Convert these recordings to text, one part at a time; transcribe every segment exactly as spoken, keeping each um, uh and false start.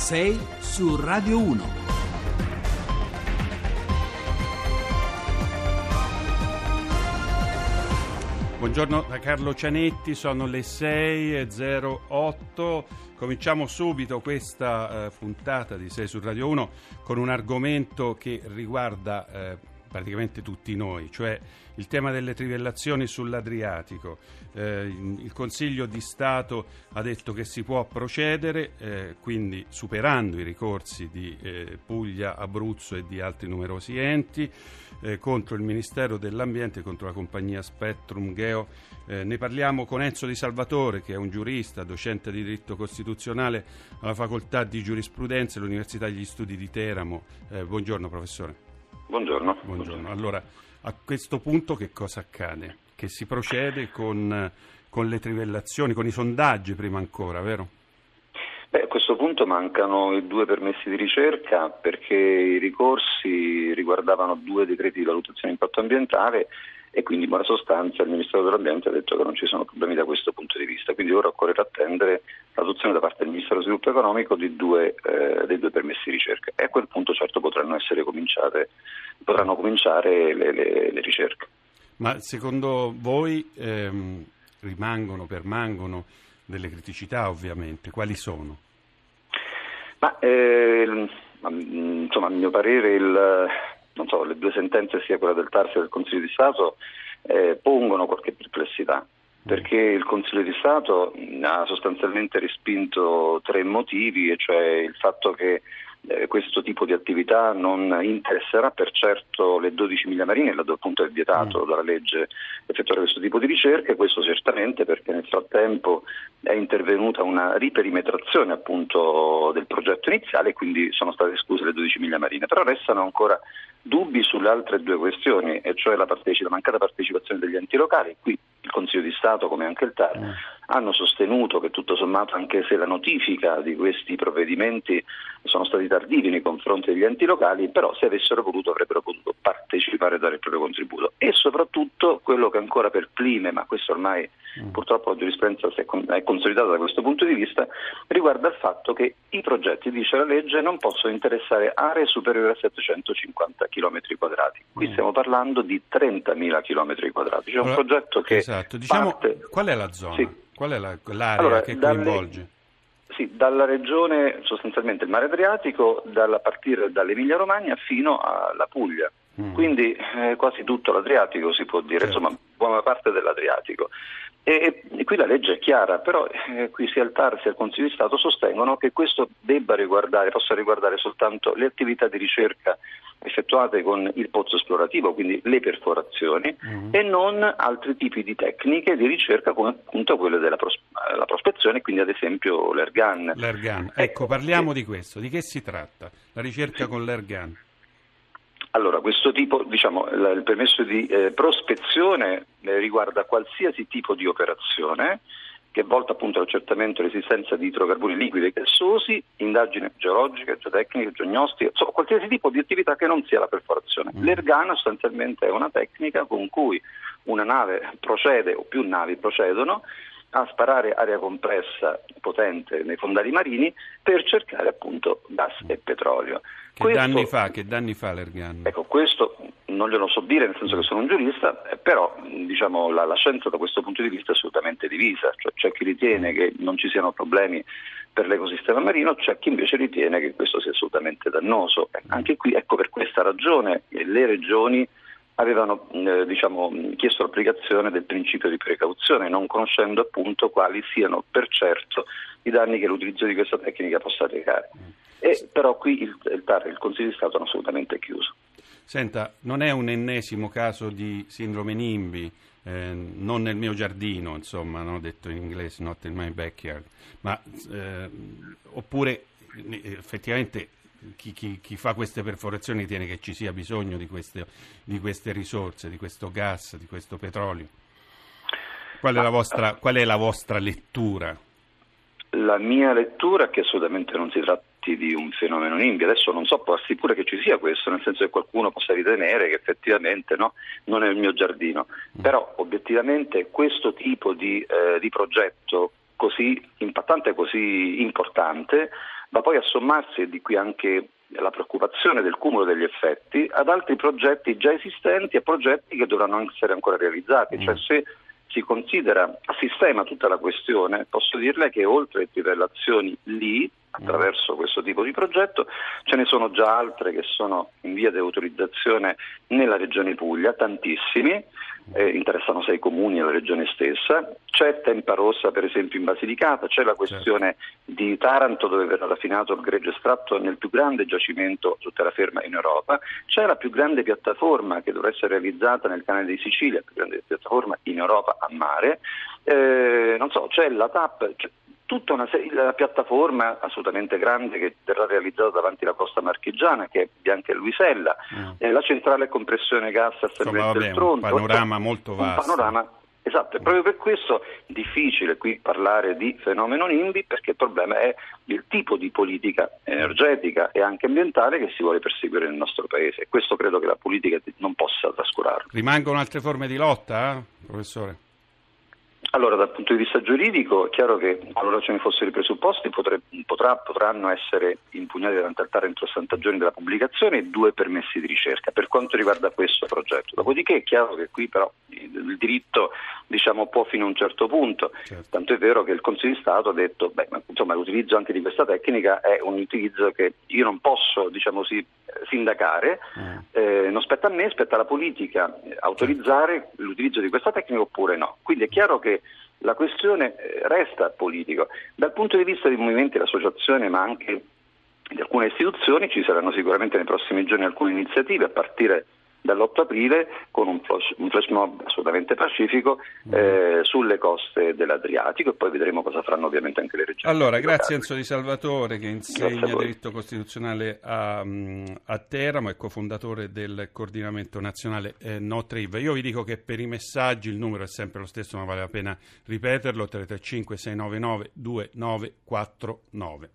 sei su Radio uno. Buongiorno da Carlo Cianetti, sono le sei e zero otto. Cominciamo subito questa eh, puntata di sei su Radio uno con un argomento che riguarda eh, praticamente tutti noi, cioè il tema delle trivellazioni sull'Adriatico. Eh, il Consiglio di Stato ha detto che si può procedere, eh, quindi superando i ricorsi di eh, Puglia, Abruzzo e di altri numerosi enti, eh, contro il Ministero dell'Ambiente, contro la compagnia Spectrum Geo. Eh, ne parliamo con Enzo Di Salvatore, che è un giurista, docente di diritto costituzionale alla Facoltà di Giurisprudenza dell'Università degli Studi di Teramo. Eh, buongiorno professore. Buongiorno. Buongiorno. Allora, a questo punto che cosa accade? Che si procede con, con le trivellazioni, con i sondaggi prima ancora, vero? Beh, a questo punto mancano i due permessi di ricerca perché i ricorsi riguardavano due decreti di valutazione di impatto ambientale e quindi in buona sostanza il Ministero dell'Ambiente ha detto che non ci sono problemi da questo punto di vista, quindi ora occorre attendere l'adozione da parte del Ministero dello Sviluppo Economico di due, eh, dei due permessi di ricerca e a quel punto certo potranno essere cominciate, potranno cominciare le, le, le ricerche. Ma secondo voi ehm, rimangono, permangono delle criticità ovviamente, quali sono? Ma eh, insomma a mio parere il non so, le due sentenze, sia quella del T A R sia del Consiglio di Stato, eh, pongono qualche perplessità, perché il Consiglio di Stato ha sostanzialmente respinto tre motivi, e cioè il fatto che eh, questo tipo di attività non interesserà per certo le dodici miglia marine, laddove appunto è vietato mm. dalla legge effettuare questo tipo di ricerche, questo certamente perché nel frattempo è intervenuta una riperimetrazione appunto del progetto iniziale e quindi sono state escluse le dodici miglia marine, però restano ancora dubbi sulle altre due questioni, e cioè la, partecipa, la mancata partecipazione degli enti locali. Qui il Consiglio di Stato, come anche il T A R, mm. hanno sostenuto che tutto sommato, anche se la notifica di questi provvedimenti sono stati tardivi nei confronti degli enti locali, però se avessero voluto avrebbero potuto partecipare e dare il proprio contributo. E soprattutto quello che ancora perplime, ma questo ormai mm. purtroppo la giurisprudenza è consolidata da questo punto di vista, riguarda il fatto che i progetti, dice la legge, non possono interessare aree superiori a settecentocinquanta chilometri quadrati. Qui mm. stiamo parlando di trentamila chilometri quadrati. C'è allora, un progetto che esatto. Diciamo, parte... qual è la zona? Sì. Qual è la, l'area allora, che dalle... coinvolge? Sì, dalla regione, sostanzialmente il mare Adriatico, dalla partire dall'Emilia Romagna fino alla Puglia. Mm. Quindi eh, quasi tutto l'Adriatico si può dire, certo. Insomma buona parte dell'Adriatico. E, e qui la legge è chiara, però eh, qui sia il T A R sia il Consiglio di Stato sostengono che questo debba riguardare, possa riguardare soltanto le attività di ricerca effettuate con il pozzo esplorativo, quindi le perforazioni, mm. e non altri tipi di tecniche di ricerca come appunto quelle della pros- la prospezione, quindi ad esempio l'Airgun. L'Airgun, ecco, parliamo eh, di questo, di che si tratta? La ricerca sì. con l'Airgun. Allora, questo tipo, diciamo, il permesso di eh, prospezione eh, riguarda qualsiasi tipo di operazione che è volta appunto all'accertamento dell'esistenza di idrocarburi liquidi e gassosi, indagini geologiche, geotecniche, geognostiche, insomma qualsiasi tipo di attività che non sia la perforazione. Mm. L'Airgun sostanzialmente è una tecnica con cui una nave procede, o più navi procedono, a sparare aria compressa potente nei fondali marini per cercare appunto gas e petrolio. Che questo, danni fa? Che danni fa l'Airgun? Ecco, questo non glielo so dire, nel senso che sono un giurista, eh, però diciamo la, la scienza da questo punto di vista è assolutamente divisa, cioè c'è chi ritiene che non ci siano problemi per l'ecosistema marino, c'è chi invece ritiene che questo sia assolutamente dannoso. Eh, anche qui, ecco, per questa ragione eh, le regioni avevano eh, diciamo, chiesto l'applicazione del principio di precauzione, non conoscendo appunto quali siano per certo i danni che l'utilizzo di questa tecnica possa recare. E però qui il, il T A R e il Consiglio di Stato hanno assolutamente chiuso. Senta, non è un ennesimo caso di sindrome NIMBY, eh, non nel mio giardino, insomma, no? Detto in inglese, not in my backyard, ma eh, oppure effettivamente chi, chi, chi fa queste perforazioni ritiene che ci sia bisogno di queste, di queste risorse, di questo gas, di questo petrolio. Qual è la vostra, qual è la vostra lettura? La mia lettura è che assolutamente non si tratta di un fenomeno NIMBY. Adesso non so, può darsi pure che ci sia questo, nel senso che qualcuno possa ritenere che effettivamente no, non è il mio giardino, mm. però obiettivamente questo tipo di, eh, di progetto così impattante e così importante va poi a sommarsi, e di qui anche la preoccupazione del cumulo degli effetti, ad altri progetti già esistenti e progetti che dovranno essere ancora realizzati. Mm. Cioè, se si considera a sistema tutta la questione, posso dirle che oltre le trivellazioni lì, attraverso questo tipo di progetto, ce ne sono già altre che sono in via di autorizzazione nella regione Puglia, tantissimi, eh, interessano sei comuni alla regione stessa, c'è Tempa Rossa per esempio in Basilicata, c'è la questione certo. di Taranto dove verrà raffinato il greggio estratto nel più grande giacimento su terraferma in Europa, c'è la più grande piattaforma che dovrà essere realizzata nel canale di Sicilia, la più grande piattaforma in Europa a mare, eh, non so, c'è la T A P, c'è tutta una serie, la piattaforma assolutamente grande che verrà realizzata davanti alla costa marchigiana, che è Bianca e Luisella, mm. eh, la centrale compressione gas a Servette del Tronto. Un panorama molto vasto. Un panorama, esatto, e proprio per questo è difficile qui parlare di fenomeno NIMBY, perché il problema è il tipo di politica energetica e anche ambientale che si vuole perseguire nel nostro paese, e questo credo che la politica non possa trascurarlo. Rimangono altre forme di lotta, eh, professore? Allora, dal punto di vista giuridico, è chiaro che qualora ce ne fossero i presupposti potre, potrà, potranno essere impugnati davanti al T A R entro sessanta giorni dalla pubblicazione e due permessi di ricerca per quanto riguarda questo progetto. Dopodiché è chiaro che qui però il diritto diciamo può fino a un certo punto, certo. Tanto è vero che il Consiglio di Stato ha detto beh, ma, insomma, l'utilizzo anche di questa tecnica è un utilizzo che io non posso diciamo sì, sindacare, mm. eh, non spetta a me, spetta alla politica eh, autorizzare certo. l'utilizzo di questa tecnica oppure no. Quindi è chiaro che la questione resta politica. Dal punto di vista dei movimenti, l'associazione, ma anche di alcune istituzioni, ci saranno sicuramente nei prossimi giorni alcune iniziative a partire dall'otto aprile con un flash, un flash mob assolutamente pacifico eh, sulle coste dell'Adriatico, e poi vedremo cosa faranno ovviamente anche le regioni. Allora, grazie Enzo Di Salvatore, che insegna diritto costituzionale a, a Teramo, è cofondatore del coordinamento nazionale eh, No Triv. Io vi dico che per i messaggi il numero è sempre lo stesso, ma vale la pena ripeterlo: tre tre cinque sei nove nove due nove quattro nove.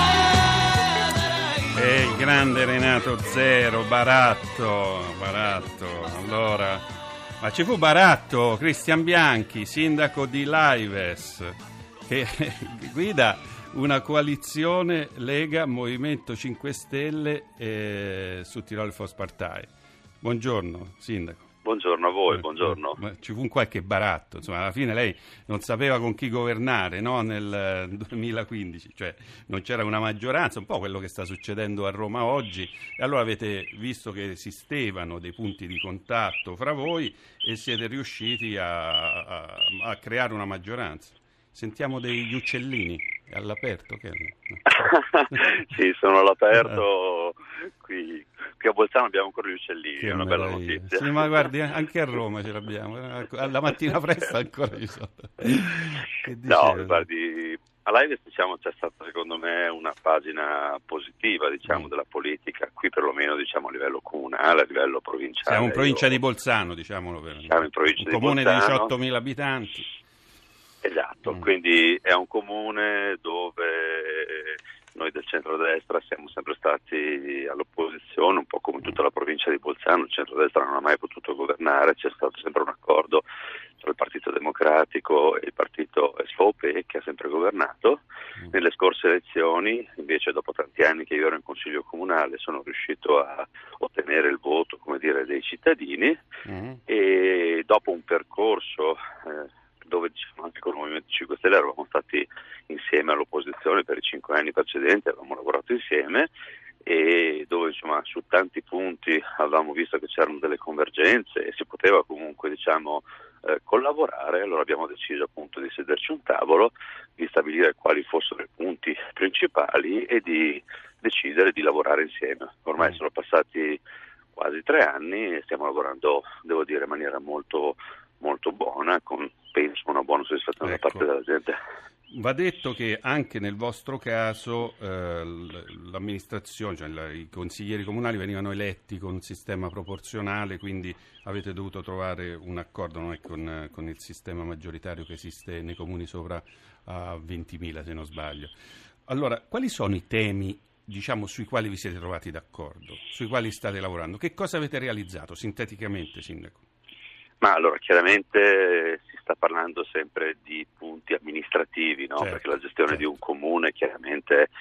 E il grande Renato Zero, Baratto, Baratto, allora, ma ci fu Baratto, Cristian Bianchi, sindaco di Laives, che guida una coalizione Lega Movimento cinque Stelle eh, su Tirol Volkspartei. Buongiorno, sindaco. Buongiorno a voi, buongiorno. Ma ci fu un qualche baratto, insomma, alla fine lei non sapeva con chi governare, no? Nel duemilaquindici, cioè non c'era una maggioranza, un po' quello che sta succedendo a Roma oggi, e allora avete visto che esistevano dei punti di contatto fra voi e siete riusciti a, a, a creare una maggioranza. Sentiamo degli uccellini all'aperto? Che no? Sì, sono all'aperto qui. Qui a Bolzano abbiamo ancora gli uccellini, che è una bella notizia. Sì, ma guardi, anche a Roma ce l'abbiamo, alla mattina presto ancora ci sono. Che no, guardi, a Laives diciamo c'è stata secondo me una pagina positiva diciamo mm. della politica, qui perlomeno diciamo a livello comunale, a livello provinciale. Siamo in provincia io... di Bolzano, diciamolo per Siamo in provincia un di comune Bolzano. di diciottomila abitanti. Esatto, mm. quindi è un comune dove noi del centrodestra siamo sempre stati all'opposizione, un po' come tutta la provincia di Bolzano. Il centrodestra non ha mai potuto governare, c'è stato sempre un accordo tra il Partito Democratico e il partito S V P che ha sempre governato. Nelle scorse elezioni, invece, dopo tanti anni che io ero in consiglio comunale, sono riuscito a ottenere il voto, come dire, dei cittadini mm. e dopo un percorso eh, dove diciamo anche con il Movimento cinque Stelle eravamo stati insieme all'opposizione per i cinque anni precedenti, avevamo lavorato insieme e dove insomma su tanti punti avevamo visto che c'erano delle convergenze e si poteva comunque diciamo eh, collaborare. Allora abbiamo deciso appunto di sederci a un tavolo, di stabilire quali fossero i punti principali e di decidere di lavorare insieme. Ormai mm. sono passati quasi tre anni e stiamo lavorando, devo dire, in maniera molto molto buona, con penso una buona soddisfazione ecco. da parte della gente. Va detto che anche nel vostro caso eh, l'amministrazione, cioè la, i consiglieri comunali venivano eletti con un sistema proporzionale, quindi avete dovuto trovare un accordo, non è con, con il sistema maggioritario che esiste nei comuni sopra a ventimila se non sbaglio. Allora, quali sono i temi diciamo sui quali vi siete trovati d'accordo, sui quali state lavorando? Che cosa avete realizzato sinteticamente, sindaco? Ma allora chiaramente si sta parlando sempre di punti amministrativi, no? Certo, perché la gestione certo. di un comune chiaramente si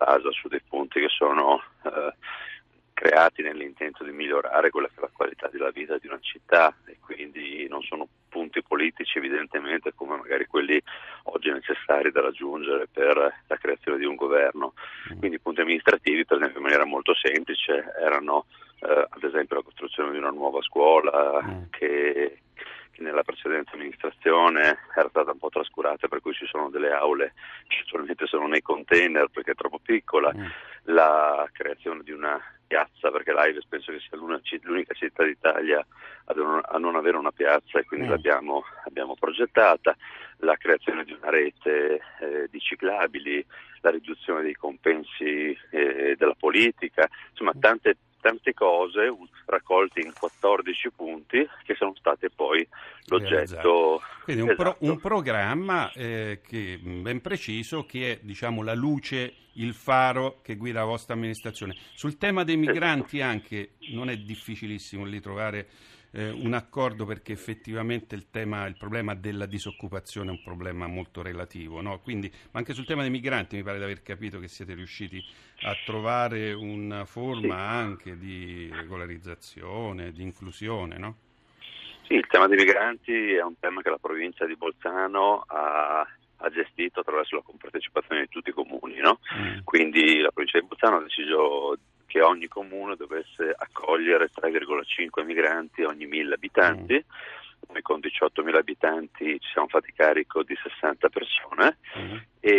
basa su dei punti che sono eh, creati nell'intento di migliorare quella che è la qualità della vita di una città, e quindi non sono punti politici evidentemente come magari quelli oggi necessari da raggiungere per la creazione di un governo. Quindi punti amministrativi, per esempio, in maniera molto semplice erano eh, ad esempio la costruzione di una nuova scuola mm. che che nella precedente amministrazione era stata un po' trascurata, per cui ci sono delle aule che attualmente sono nei container perché è troppo piccola, mm. la creazione di una piazza, perché l'Aives penso che sia l'unica città d'Italia a non avere una piazza, e quindi mm. l'abbiamo abbiamo progettata, la creazione di una rete eh, di ciclabili, la riduzione dei compensi eh, della politica, insomma tante tante cose raccolte in quattordici punti che sono state poi l'oggetto. Quindi un, esatto. pro, un programma eh, che, ben preciso, che è, diciamo, la luce, il faro che guida la vostra amministrazione. Sul tema dei migranti anche non è difficilissimo lì trovare eh, un accordo, perché effettivamente il tema, il problema della disoccupazione è un problema molto relativo, no? Quindi, ma anche sul tema dei migranti mi pare di aver capito che siete riusciti a trovare una forma sì. anche di regolarizzazione, di inclusione, no? Sì, il tema dei migranti è un tema che la provincia di Bolzano ha, ha gestito attraverso la compartecipazione di tutti i comuni, no? Mm. Quindi la provincia di Bolzano ha deciso che ogni comune dovesse accogliere tre virgola cinque migranti ogni mille abitanti. Mm. Noi con diciottomila abitanti ci siamo fatti carico di sessanta persone, mm.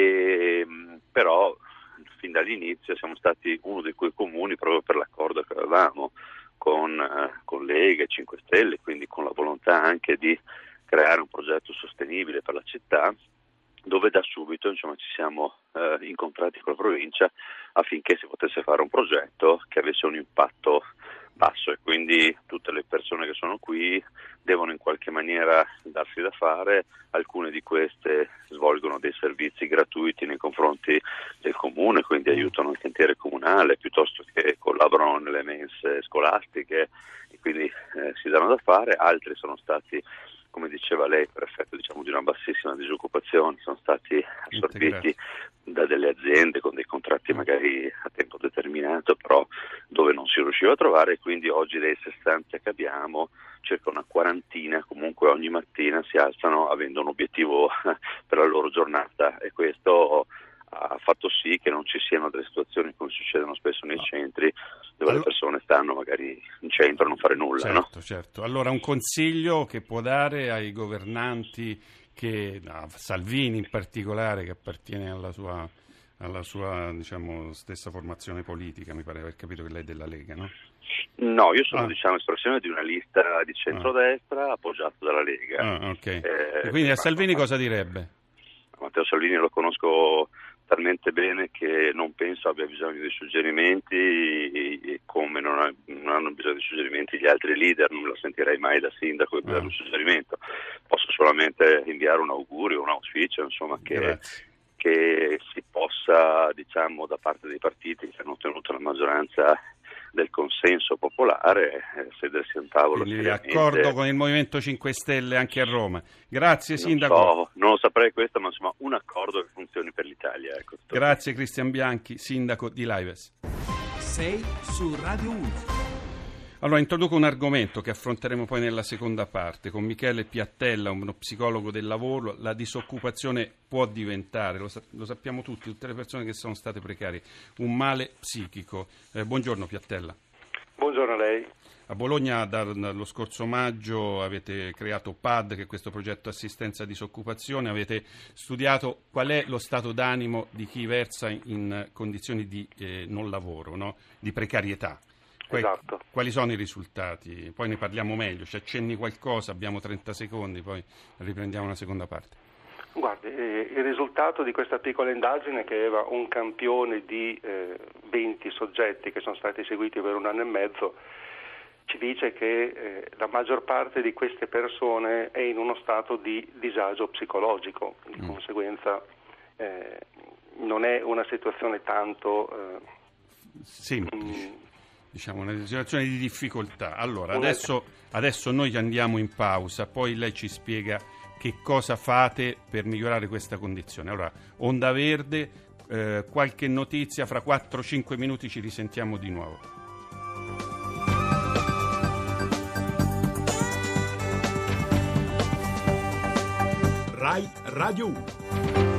e però fin dall'inizio siamo stati uno di quei comuni, proprio per l'accordo che avevamo con, eh, con Lega e cinque Stelle, quindi con la volontà anche di creare un progetto sostenibile per la città, dove da subito insomma, ci siamo eh, incontrati con la provincia affinché si potesse fare un progetto che avesse un impatto basso, e quindi tutte le persone che sono qui devono in qualche maniera darsi da fare. Alcune di queste svolgono dei servizi gratuiti nei confronti del comune, quindi aiutano il cantiere comunale, piuttosto che collaborano nelle mense scolastiche, e quindi eh, si danno da fare. Altri sono stati, come diceva lei, per effetto diciamo di una bassissima disoccupazione, sono stati assorbiti da delle aziende con dei contratti magari a tempo determinato, però dove non si riusciva a trovare, e quindi oggi dei sessanta che abbiamo, circa una quarantina comunque ogni mattina si alzano avendo un obiettivo per la loro giornata, e questo ha fatto sì che non ci siano delle situazioni come succedono spesso nei no. centri, dove allora, le persone stanno magari in centro a non fare nulla. Certo, no? certo. Allora un consiglio che può dare ai governanti, che a Salvini in particolare, che appartiene alla sua, alla sua diciamo, stessa formazione politica, mi pare di aver capito che lei è della Lega, no? No, io sono ah. diciamo espressione di una lista di centrodestra ah. appoggiata dalla Lega. Ah, okay. eh, quindi a Salvini cosa direbbe? Matteo Salvini lo conosco talmente bene che non penso abbia bisogno di suggerimenti, e come non, ha, non hanno bisogno di suggerimenti gli altri leader. Non me lo sentirei mai da sindaco di dare un suggerimento. Posso solamente inviare un augurio, un auspicio, insomma, che, che si possa, diciamo, da parte dei partiti che hanno ottenuto la maggioranza del consenso popolare, eh, sedersi a un tavolo. Quindi accordo con il Movimento cinque Stelle anche a Roma. Grazie non Sindaco. So, non lo saprei questo, ma insomma un accordo che funzioni per l'Italia. Ecco, grazie Cristian Bianchi, Sindaco di Laives. sei su Radio uno. Allora, introduco un argomento che affronteremo poi nella seconda parte con Michele Piattella, uno psicologo del lavoro. La disoccupazione può diventare, lo, sa- lo sappiamo tutti, tutte le persone che sono state precarie, un male psichico. Eh, buongiorno Piattella. Buongiorno a lei. A Bologna dallo scorso maggio avete creato P A D, che è questo progetto assistenza disoccupazione. Avete studiato qual è lo stato d'animo di chi versa in condizioni di eh, non lavoro, no? Di precarietà. Esatto. Quali sono i risultati? Poi ne parliamo meglio, ci accenni qualcosa, abbiamo trenta secondi, poi riprendiamo una seconda parte. Guardi, eh, il risultato di questa piccola indagine, che aveva un campione di eh, venti soggetti che sono stati seguiti per un anno e mezzo, ci dice che eh, la maggior parte di queste persone è in uno stato di disagio psicologico, di mm. conseguenza eh, non è una situazione tanto eh, semplice. Mm, Diciamo una situazione di difficoltà. Allora, adesso, adesso noi andiamo in pausa, poi lei ci spiega che cosa fate per migliorare questa condizione. Allora, Onda Verde, eh, qualche notizia, fra quattro cinque minuti ci risentiamo di nuovo. Rai Radio uno.